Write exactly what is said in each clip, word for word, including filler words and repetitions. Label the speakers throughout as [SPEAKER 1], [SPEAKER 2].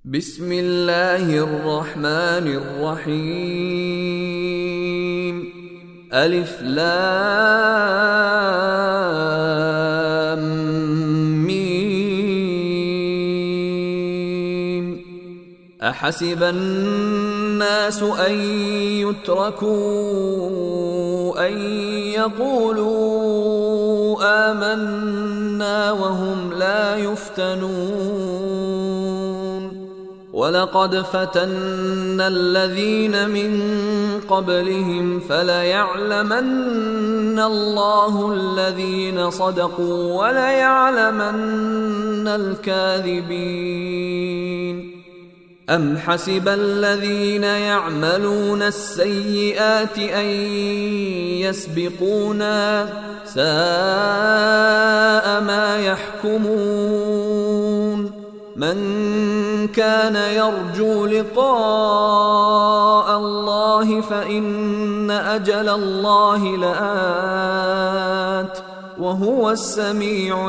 [SPEAKER 1] بسم الله الرحمن الرحيم. ألف لام ميم. أحسب الناس أن يتركوا أن يقولوا آمنا وهم لا يفتنون. ولقد فتنا الذين من قبلهم فليعلمن الله الذين صدقوا وليعلمن الكاذبين. أم حسب الذين يعملون السيئات أن يسبقونا ساء ما يحكمون. من كان يرجو لقاء الله فإن أجل الله لآت وهو السميع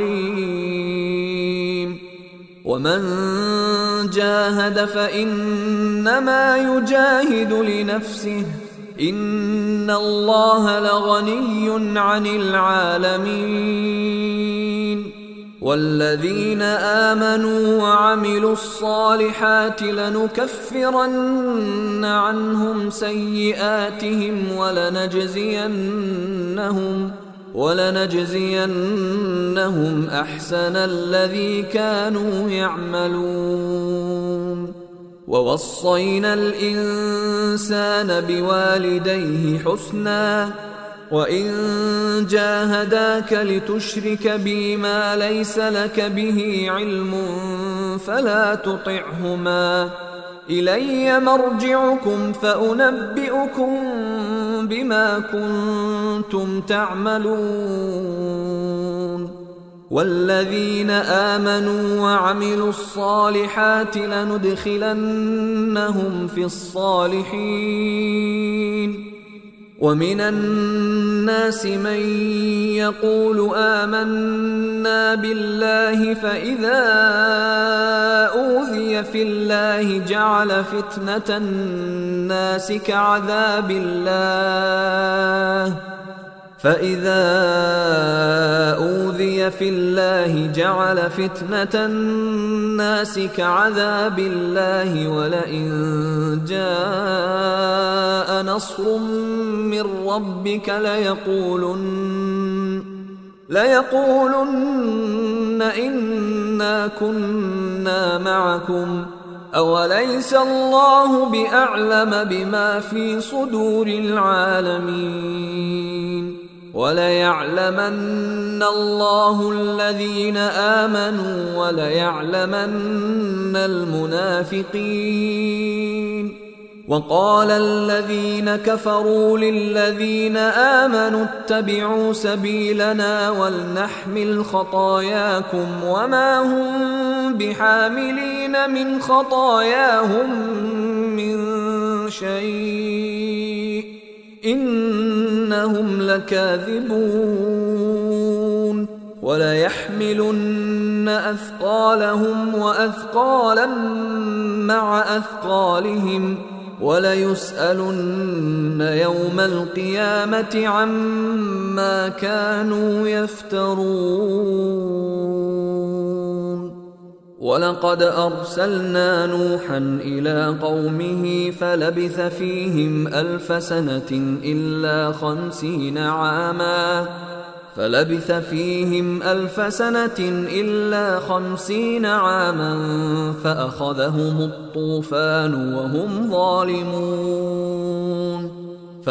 [SPEAKER 1] العليم. ومن جاهد فإنما يجاهد لنفسه إن الله لغني عن العالمين. والذين آمنوا وعملوا الصالحات لنكفرن عنهم سيئاتهم ولنجزينهم ولنجزينهم أحسن الذي كانوا يعملون. ووصينا الإنسان بوالديه حسنا وإن جاهداك لتشرك بي ما ليس لك به علم فلا تطعهما إلي مرجعكم فأنبئكم بما كنتم تعملون. والذين آمنوا وعملوا الصالحات لندخلنهم في الصالحين. ومن الناس من يقول آمنا بالله فإذا أوذي في الله جعل فتنة الناس كعذاب الله فإذا أوذي في الله جعل فتنة الناس كعذاب الله ولئن جاء نصر من ربك ليقولن ليقولن إنا كنا معكم أوليس الله بأعلم بما في صدور العالمين. وليعلمن الله الذين آمنوا وليعلمن المنافقين. وقال الذين كفروا للذين آمنوا اتبعوا سبيلنا ولنحمل خطاياكم وما هم بحاملين من خطاياهم من شيء إنهم لكاذبون. وليحملن أثقالهم وأثقالا مع أثقالهم وليسألن يوم القيامة عما كانوا يفترون. ولقد أرسلنا نوحا إلى قومه فلبث فيهم ألف سنة إلا خمسين عاما فلبث فيهم ألف سنة إلا خمسين عاما فأخذهم الطوفان وهم ظالمون.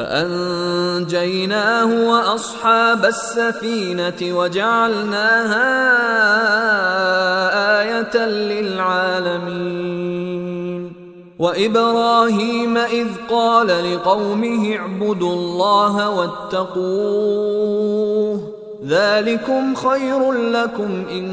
[SPEAKER 1] فأنجيناه وأصحاب السفينة وجعلناها آية للعالمين. وإبراهيم إذ قال لقومه اعبدوا الله واتقوه ذلكم خير لكم إن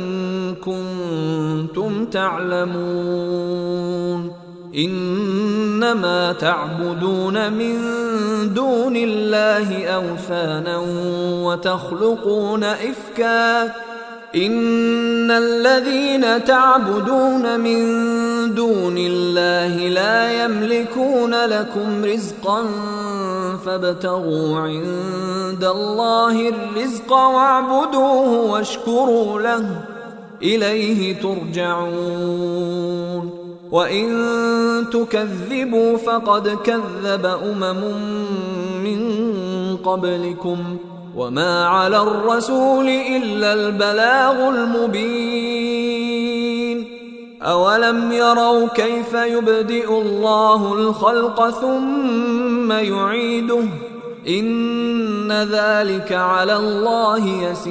[SPEAKER 1] كنتم تعلمون. إنما تعبدون من دون الله أوثانا وتخلقون إفكا إن الذين تعبدون من دون الله لا يملكون لكم رزقا فابتغوا عند الله الرزق واعبدوه واشكروا له إليه ترجعون وإن تكذبوا فقد كذب أمم من قبلكم وما على الرسول إلا البلاغ المبين أولم يروا كيف يبدئ الله الخلق ثم يعيده إن ذلك على الله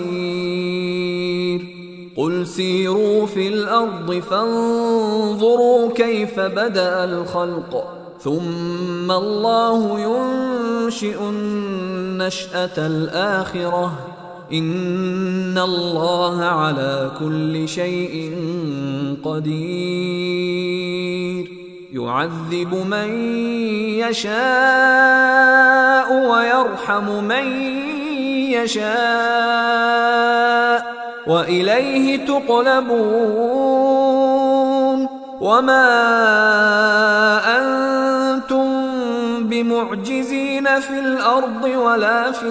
[SPEAKER 1] يسير قل سيروا في الأرض فانظروا كيف بدأ الخلق ثم الله ينشئ النشأة الآخرة إن الله على كل شيء قدير يعذب من يشاء ويرحم من يشاء وإليه تقلبون وما أنتم بمعجزين في الأرض ولا في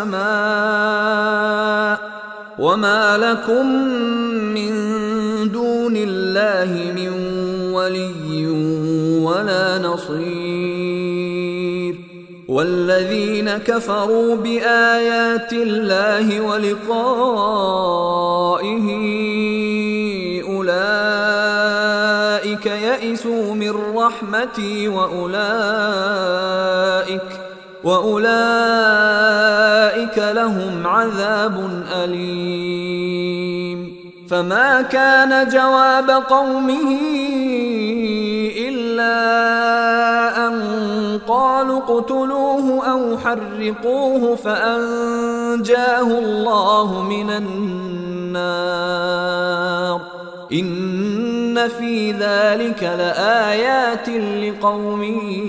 [SPEAKER 1] السماء وما لكم من دون الله من ولي ولا نصير والذين كفروا بآيات الله ولقائه أولئك يئسوا من رحمتي وأولئك وأولئك لهم عذاب أليم فما كان جواب قومه إلا أن قالوا اقتلوه أو حرقوه فأنجاه الله من النار إن في ذلك لآيات لقوم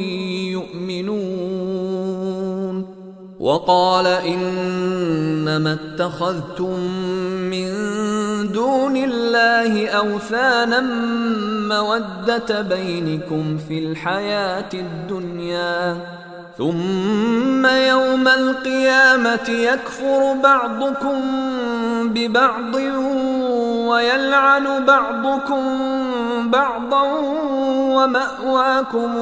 [SPEAKER 1] يؤمنون وقال إنما اتخذتم من دون الله أوثانا مودة بينكم في الحياة الدنيا ثم يوم القيامة يكفر بعضكم ببعض ويلعن بعضكم بعضا ومأواكم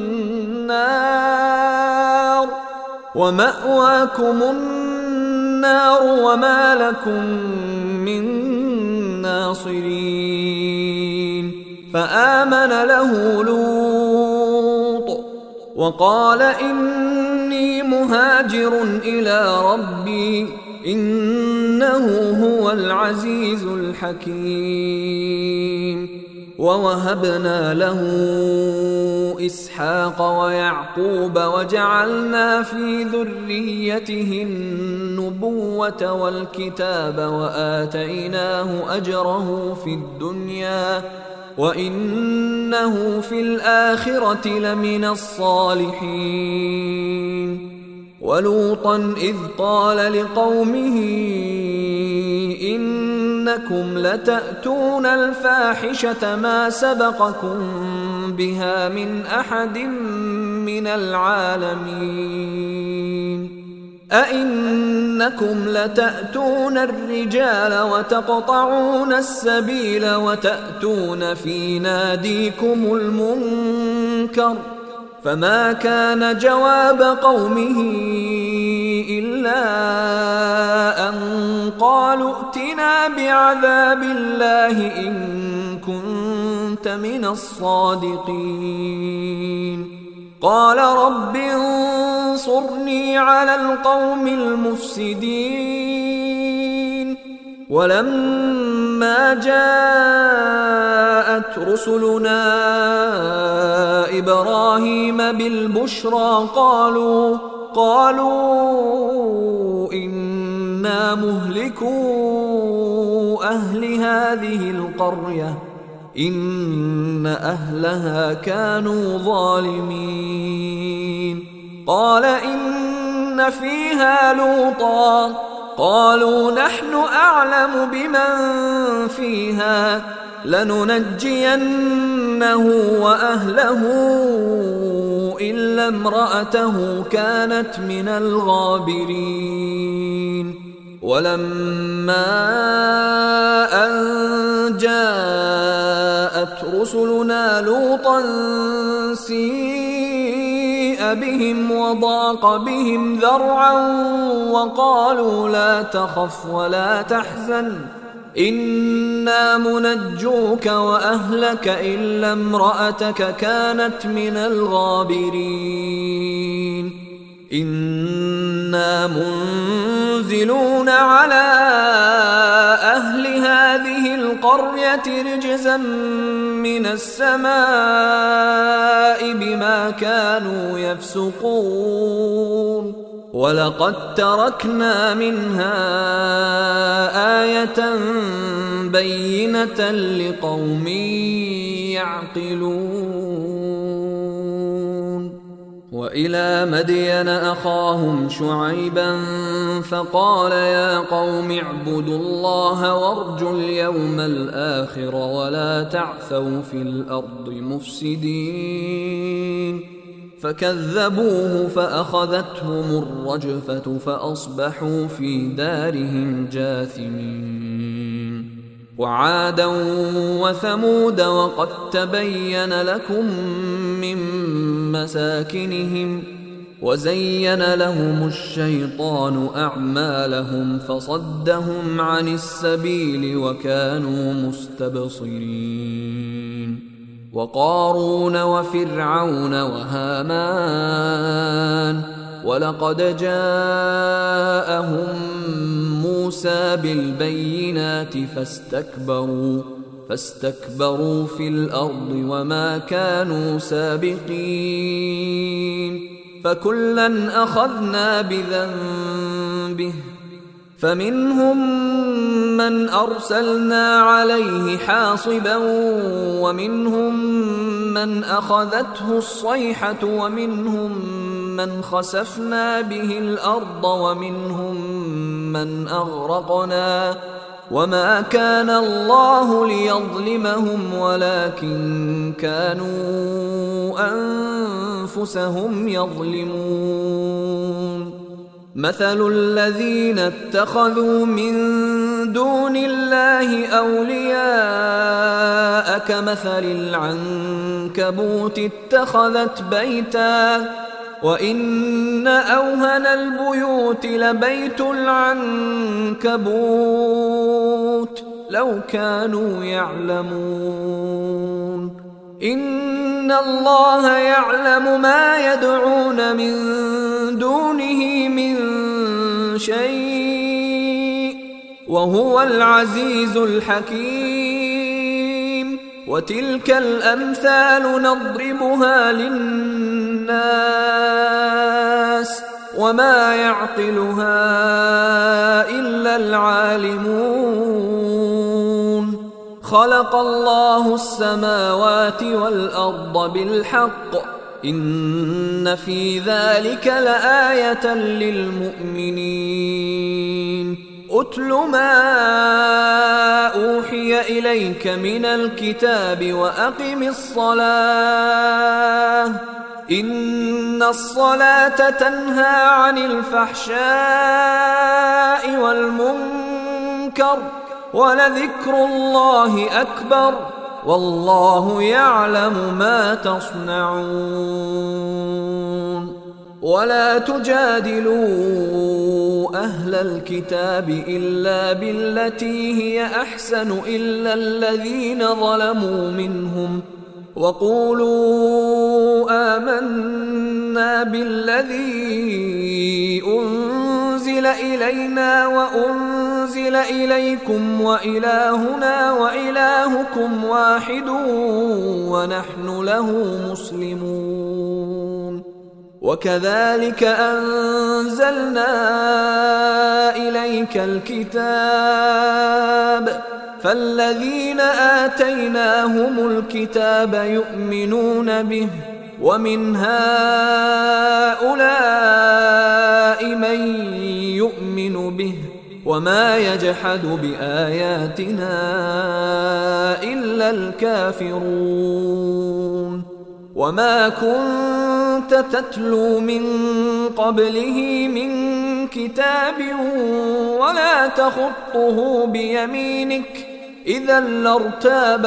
[SPEAKER 1] النار ومأواكم النار وما لكم من ناصرين فآمن له لوط وقال إني مهاجر إلى ربي إنه هو العزيز الحكيم ووهبنا له إسحاق ويعقوب وجعلنا في ذريته النبوة والكتاب وآتيناه أجره في الدنيا وإنه في الآخرة لمن الصالحين ولوطا إذ قال لقومه إنكم لتأتون الفاحشة ما سبقكم بها من أحد من العالمين أئنكم لتأتون الرجال وتقطعون السبيل وتأتون في ناديكم المنكر فما كان جواب قومه إلا أن قالوا ائتنا بعذاب الله إن كنت من الصادقين قال رب انصرني على القوم المفسدين ولما جاءت رسلنا إبراهيم بالبشرى قالوا قالوا إنا مهلكو أهل هذه القرية إن أهلها كانوا ظالمين قال إن فيها لوطا قالوا نحن أعلم بمن فيها لننجينه وأهله إلا امرأته كانت من الغابرين ولما أن جاءت رسلنا لوطا سيء بهم وضاق بهم ذرعا وقالوا لا تخف ولا تحزن إنا منجوك وأهلك إلا امرأتك كانت من الغابرين إنا منزلون على أهل هذه القرية رجزا من السماء بما كانوا يفسقون ولقد تركنا منها آية بينة لقوم يعقلون وإلى مدين أخاهم شعيبا فقال يا قوم اعبدوا الله وارجوا اليوم الآخر ولا تعثوا في الأرض مفسدين فكذبوه فأخذتهم الرجفة فأصبحوا في دارهم جاثمين وعادا وثمود وقد تبين لكم من مساكنهم وزين لهم الشيطان أعمالهم فصدهم عن السبيل وكانوا مستبصرين وقارون وفرعون وهامان ولقد جاءهم موسى بالبينات فاستكبروا فاستكبروا في الأرض وما كانوا سابقين فكلا أخذنا بذنبه فمنهم من أرسلنا عليه حاصبا ومنهم من أخذته الصيحة ومنهم من خسفنا به الأرض ومنهم من أغرقنا وما كان الله ليظلمهم ولكن كانوا أنفسهم يظلمون مثل الذين اتخذوا من دون الله أولياء كمثل العنكبوت اتخذت بيتا وإن أوهن البيوت لبيت العنكبوت لو كانوا يعلمون إن الله يعلم ما يدعون من دونه من شيء وهو العزيز الحكيم وتلك الأمثال نضربها للناس وما يعقلها إلا العالمون خلق الله السماوات والأرض بالحق إن في ذلك لآية للمؤمنين أتل ما أوحي إليك من الكتاب وأقم الصلاة إن الصلاة تنهى عن الفحشاء والمنكر ولذكر الله أكبر والله يعلم ما تصنعون ولا تجادلوا أهل الكتاب إلا بالتي هي أحسن إلا الذين ظلموا منهم وقولوا آمنا بالذي أنزل إلينا وأنزل إليكم وإلهنا وإلهكم واحد ونحن له مسلمون وكذلك أنزلنا إليك الكتاب فالذين آتيناهم الكتاب يؤمنون به ومن هؤلاء من يؤمن به وما يجحد بآياتنا إلا الكافرون وما كنت تتلو من قبله من كتاب ولا تخطه بيمينك إذا لارتاب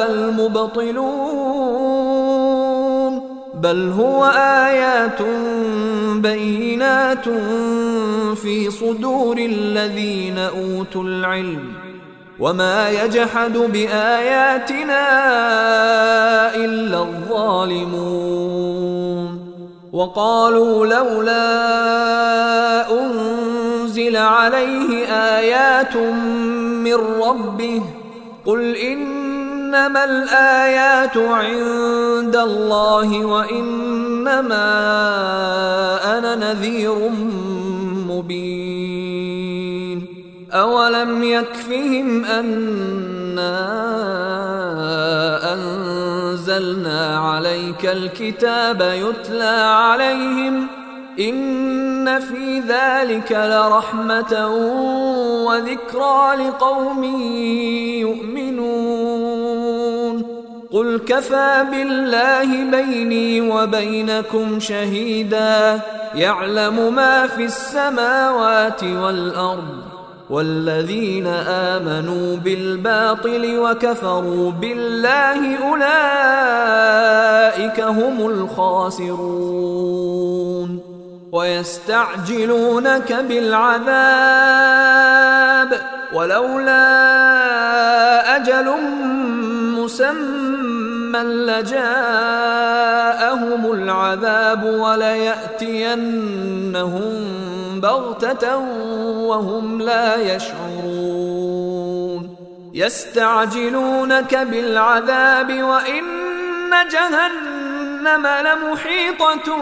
[SPEAKER 1] المبطلون بل هو آيات بينات في صدور الذين أوتوا العلم وما يجحد بآياتنا إلا الظالمون وقالوا لولا أنزل عليه آيات من ربه قل إنما الآيات عند الله وإنما أنا نذير مبين أولم يكفهم أنا أنزلنا عليك الكتاب يتلى عليهم إن في ذلك لرحمة وذكرى لقوم يؤمنون قل كفى بالله بيني وبينكم شهيدا يعلم ما في السماوات والأرض والذين آمنوا بالباطل وكفروا بالله أولئك هم الخاسرون ويستعجلونك بالعذاب ولولا أجل مسمى لجاءهم العذاب وليأتينهم بغتة وهم لا يشعرون يستعجلونك بالعذاب وإن جهنم لمحيطة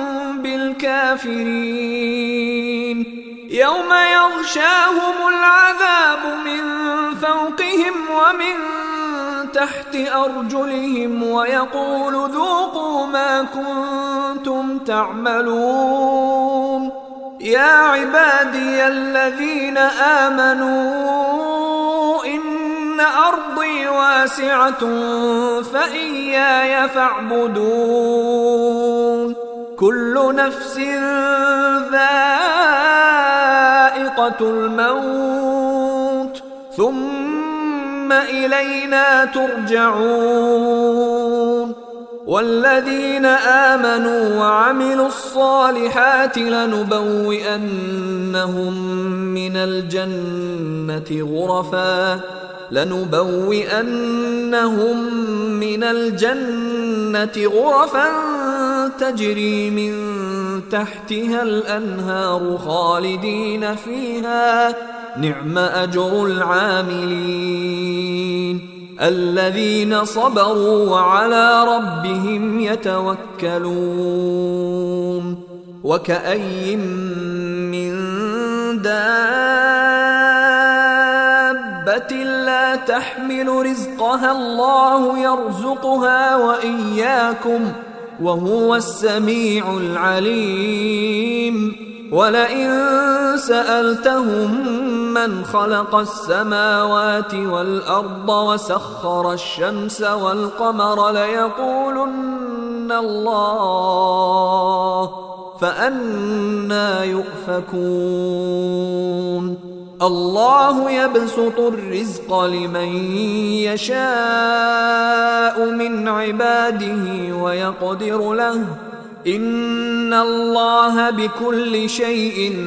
[SPEAKER 1] بالكافرين يوم يغشاهم العذاب من فوقهم ومن تحت أرجلهم ويقول ذوقوا ما كنتم تعملون يا عبادي الذين آمنوا إن أرضي واسعة فإياي فاعبدون كل نفس ذائقة الموت ثم إلينا ترجعون والذين آمنوا وعملوا الصالحات لنبوئنهم من الجنة غرفا لنبوئنهم من الجنة غرفا تجري من تحتها الأنهار خالدين فيها نعم أجر العاملين الذين صبروا وعلى ربهم يتوكلون وكأي من دابة لا تحمل رزقها الله يرزقها وإياكم وهو السميع العليم ولئن سألتهم من خلق السماوات والأرض وسخر الشمس والقمر ليقولن الله فأنى يؤفكون الله يبسط الرزق لمن يشاء من عباده ويقدر له إن الله بكل شيء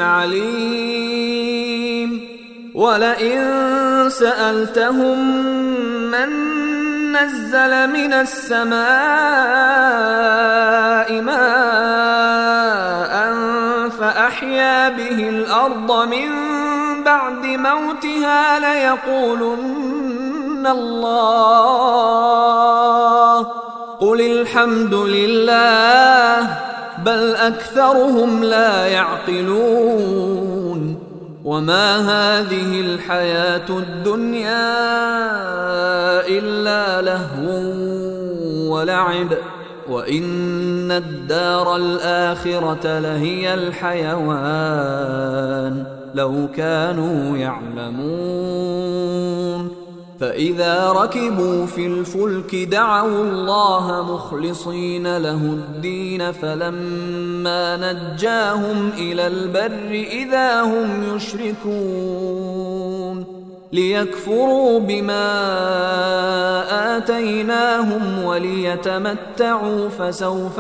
[SPEAKER 1] عليم ولئن سألتهم من نزل من السماء ماء فأحيا به الأرض من بعد موتها ليقولن الله قل الحمد لله بل أكثرهم لا يعقلون وما هذه الحياة الدنيا إلا لهو ولعب وإن الدار الآخرة لهي الحيوان لو كانوا يعلمون. فإذا ركبوا في الفلك دعوا الله مخلصين له الدين فلما نجاهم إلى البر إذا هم يشركون ليكفروا بما آتيناهم وليتمتعوا فسوف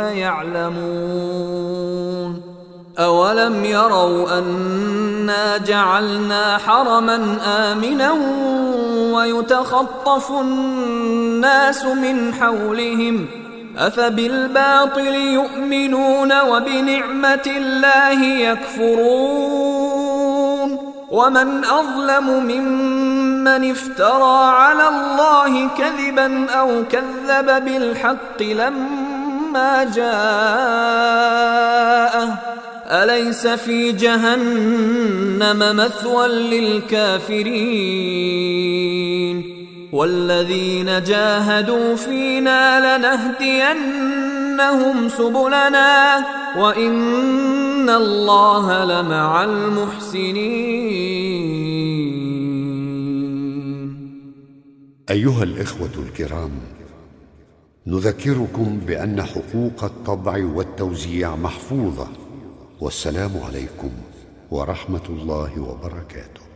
[SPEAKER 1] يعلمون. أولم يروا أنا جعلنا حرما آمنا ويتخطف الناس من حولهم أفبالباطل يؤمنون وبنعمة الله يكفرون. ومن أظلم ممن افترى على الله كذبا أو كذب بالحق لما جاءه أليس في جهنم مثوى للكافرين. والذين جاهدوا فينا لنهدينهم سبلنا وإن الله لمع المحسنين.
[SPEAKER 2] أيها الإخوة الكرام، نذكركم بأن حقوق الطبع والتوزيع محفوظة. والسلام عليكم ورحمة الله وبركاته.